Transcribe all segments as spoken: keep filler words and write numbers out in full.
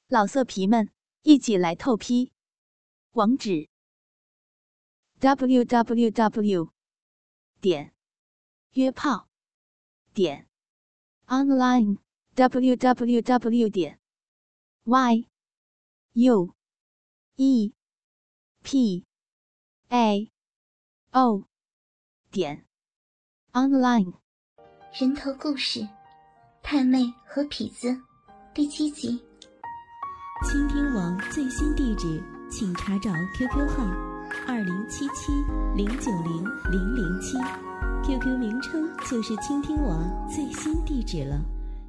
老色皮们，一起来透批！网址 ：double u double u double u 点约炮点 online w w w 点 y u e p a o 点 online。 人头故事，太妹和痞子，第七集。 倾听网最新地址，请查找 Q Q 号二零七七零九零零零七 ，Q Q 名称就是倾听网最新地址了。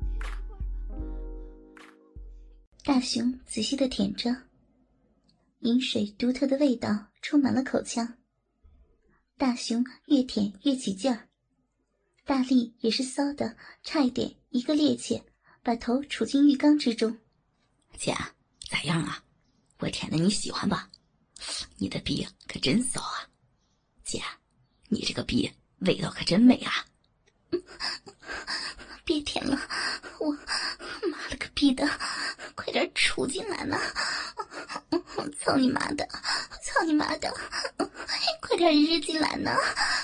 大熊仔细地舔着，饮水独特的味道充满了口腔。大熊越舔越起劲儿，大力也是骚的，差一点一个趔趄，把头杵进浴缸之中。 姐，咋样啊？我舔的你喜欢吧？你的逼可真骚啊！姐，你这个逼味道可真美啊！ 别舔了，我妈了个逼的，快点杵进来呢！操你妈的，操你妈的，快点日进来呢！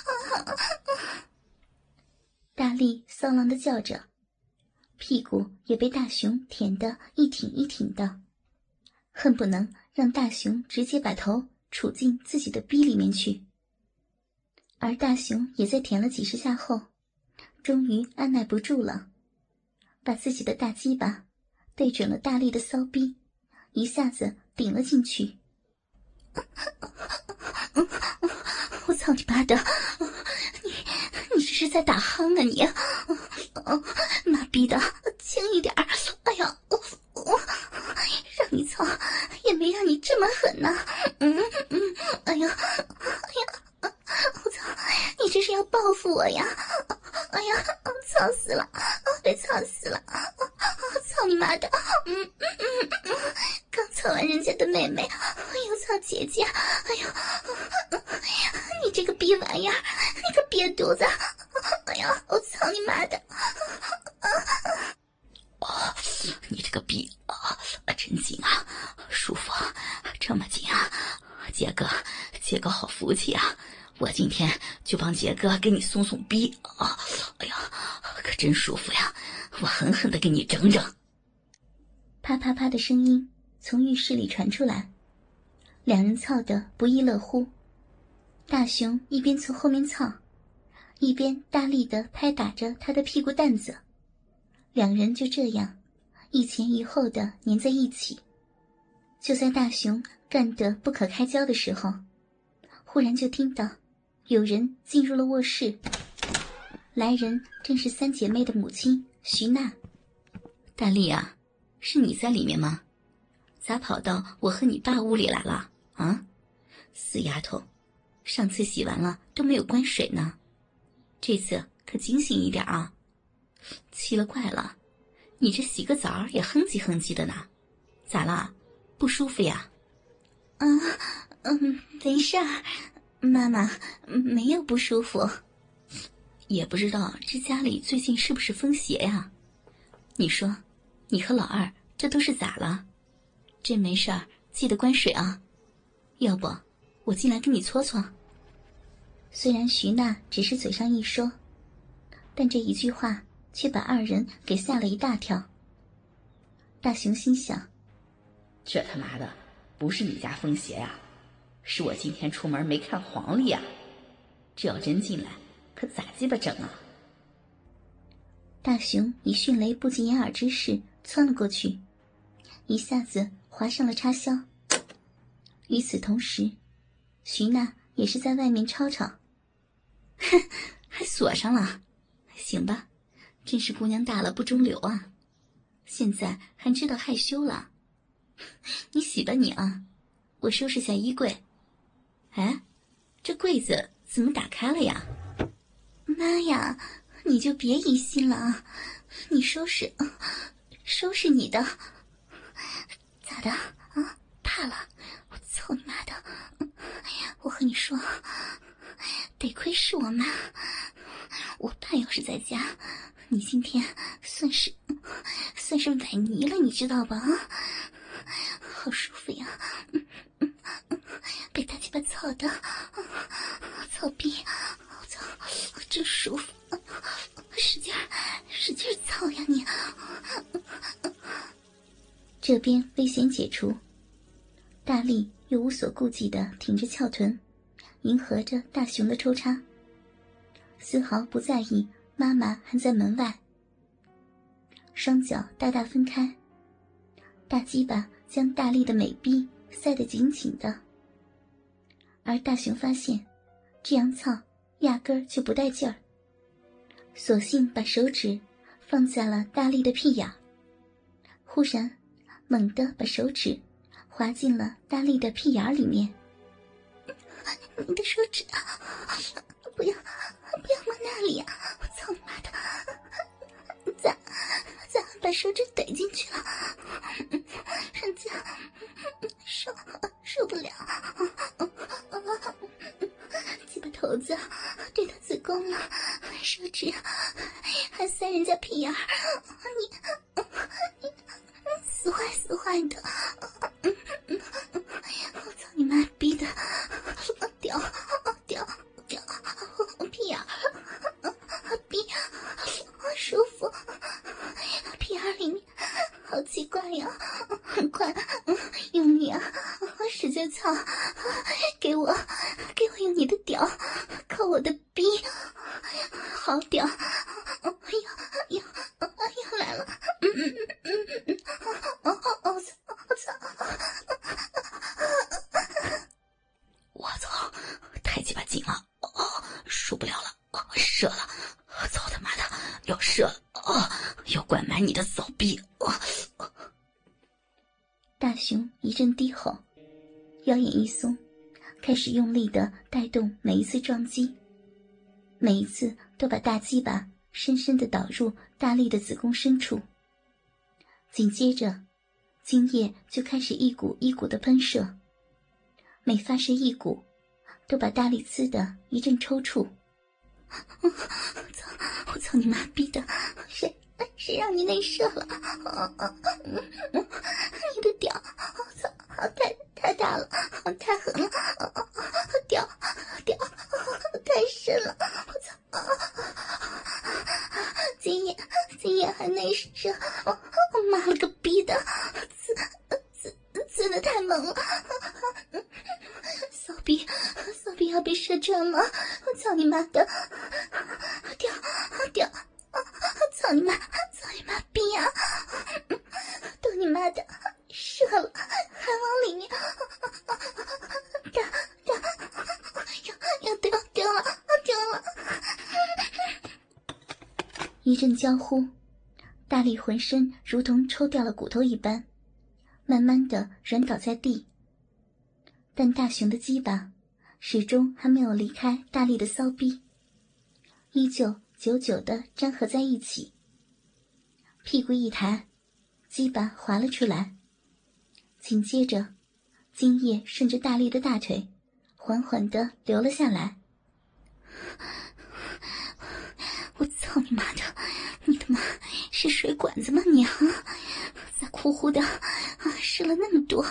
大力骚浪的叫着，屁股也被大熊舔得一挺一挺的，恨不能让大熊直接把头杵进自己的逼里面去。而大熊也在舔了几十下后，终于按耐不住了，把自己的大鸡巴对准了大力的骚逼，一下子顶了进去。我操你妈的，你你这是在打夯啊你！妈逼的，轻一点！哎呀，我我让你操也没让你这么狠呐！嗯嗯，哎呀哎呀，我操，你这是要报复我呀！哎呀，操死了，被操死了！操你妈的！嗯嗯嗯嗯，刚操完人家的妹妹，又操姐姐！哎呦，你这个逼玩意儿，你个瘪犊子！哎呀，我操你妈的！ 哦，你这个逼啊，真紧啊，舒服啊，这么紧啊！杰哥，杰哥好福气啊！我今天就帮杰哥给你松松逼啊！哎呀，可真舒服呀！我狠狠地给你整整。 啪啪啪的声音从浴室里传出来，两人操得不亦乐乎。大熊一边从后面操，一边大力地拍打着他的屁股蛋子，两人就这样一前一后地粘在一起。就在大熊干得不可开交的时候，忽然就听到有人进入了卧室，来人正是三姐妹的母亲徐娜。 大力啊，是你在里面吗？咋跑到我和你爸屋里来了啊？死丫头，上次洗完了都没有关水呢，这次可警醒一点啊！奇了怪了，你这洗个澡也哼唧哼唧的呢，咋啦？不舒服呀？ 嗯嗯，没事儿，妈妈没有不舒服。 也不知道这家里最近是不是风邪呀？你说，你和老二这都是咋了？真没事儿，记得关水啊！要不我进来跟你搓搓。 虽然徐娜只是嘴上一说，但这一句话却把二人给吓了一大跳。大熊心想， 这他妈的不是你家风邪呀，是我今天出门没看黄历呀，这要真进来可咋鸡巴整啊！ 大熊以迅雷不及掩耳之势窜了过去，一下子划上了插销。与此同时，徐娜也是在外面吵吵。 哼，还锁上了，行吧，真是姑娘大了不中留啊，现在还知道害羞了。你洗吧你啊，我收拾下衣柜。哎，这柜子怎么打开了呀？ 妈呀，你就别疑心了啊，你收拾收拾你的。咋的啊？怕了？我操你妈的！我和你说，得亏是我妈，我爸要是在家，你今天算是算是崴泥了，你知道吧？ 好舒服呀！被大鸡巴操的，操逼，操，真舒服！使劲儿，使劲儿操呀你！这边危险解除，大力又无所顾忌地挺着翘臀，迎合着大熊的抽插，丝毫不在意妈妈还在门外。双脚大大分开，大鸡巴将大力的美臂塞得紧紧的，而大熊发现这样操压根儿就不带劲儿，索性把手指放在了大力的屁眼，忽然猛地把手指滑进了大力的屁眼里面。你的手指啊，不要不要摸那里啊！我操你妈的！咋咋把手指怼进去了？人家受受不了，鸡巴头子对他子宫了，手指还塞人家屁眼儿，你你死坏死坏的！我操你妈逼的！屌屌屌屁眼儿，逼舒服，屁眼里面好奇怪呀！快用力啊，使劲操，给我给我用你的屌靠我的逼，好屌！哎呀呀呀来了！嗯嗯嗯嗯嗯，哦哦哦操我操！ 我操，太鸡巴紧了，哦，受不了了，哦，射了，操他妈的，要射了，哦，要灌满你的骚逼，哦哦。 大熊一阵低吼，腰眼一松，开始用力地带动每一次撞击，每一次都把大鸡巴深深地导入大力的子宫深处。紧接着，精液就开始一股一股的喷射，每发射一股，都把大力呲得一阵抽搐。我操！我操你妈逼的！谁谁让你内射了？你的屌！我操！太太大了，太狠了！屌屌太深了！我操！今夜今夜还内射！我妈了个逼的！呲呲呲的太猛了！骚逼骚逼要被射中了！我操你妈的！屌屌！操你妈！操你妈逼呀！都你妈的射了，还往里面！屌屌！要要掉掉了掉了！一阵娇呼，大力浑身如同抽掉了骨头一般，慢慢的软倒在地。但大熊的鸡巴始终还没有离开大力的骚逼，依旧久久地粘合在一起。屁股一抬，鸡巴滑了出来，紧接着精液顺着大力的大腿缓缓地流了下来。我操你妈的，你他妈是水管子吗你啊？咋呼呼的啊湿了那么多？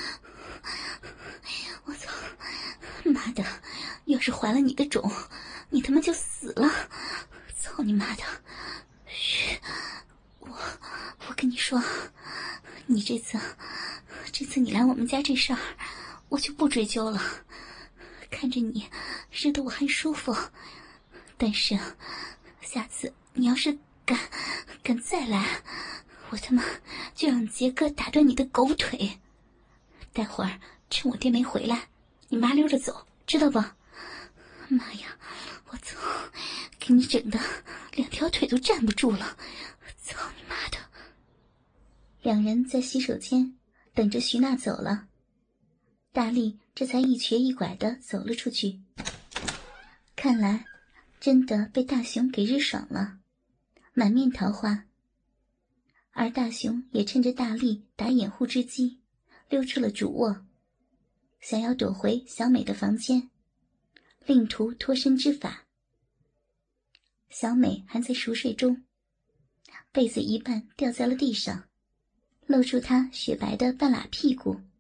我操妈的，要是怀了你的种，你他妈就死了！操你妈的！嘘，我我跟你说，你这次这次你来我们家这事儿，我就不追究了。看着你热得我还舒服，但是下次你要是敢敢再来，我他妈就让杰哥打断你的狗腿！待会儿趁我爹没回来，你麻溜着走，知道不？妈呀，我操，给你整的两条腿都站不住了！操你妈的！两人在洗手间等着徐娜走了，大力这才一瘸一拐地走了出去。看来真的被大熊给日爽了，满面桃花。而大熊也趁着大力打掩护之机溜出了主卧，想要躲回小美的房间，另图脱身之法。小美还在熟睡中，被子一半掉在了地上，露出她雪白的半拉屁股。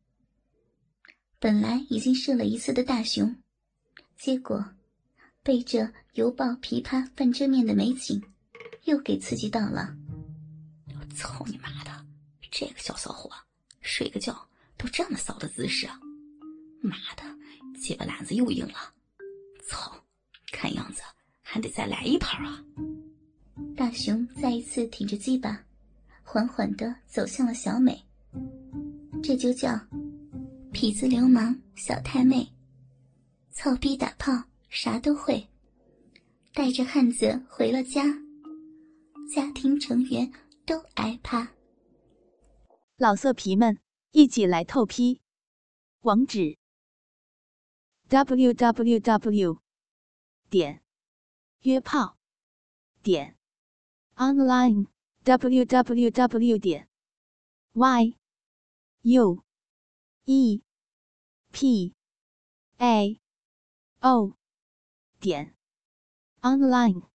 本来已经射了一次的大熊，结果被这犹抱琵琶半遮面的美景又给刺激到了。 操你妈的，这个小骚货睡个觉都这么骚的姿势啊！妈的，鸡巴篮子又硬了，操，看样子还得再来一盘啊！ 大熊再一次挺着鸡巴，缓缓地走向了小美。这就叫痞子流氓小太妹，操逼打炮啥都会，带着汉子回了家，家庭成员都挨怕。 老色皮们，一起来透批！网址 ：double u double u double u 点约炮点 online w w w 点 y u e p a o 点 online。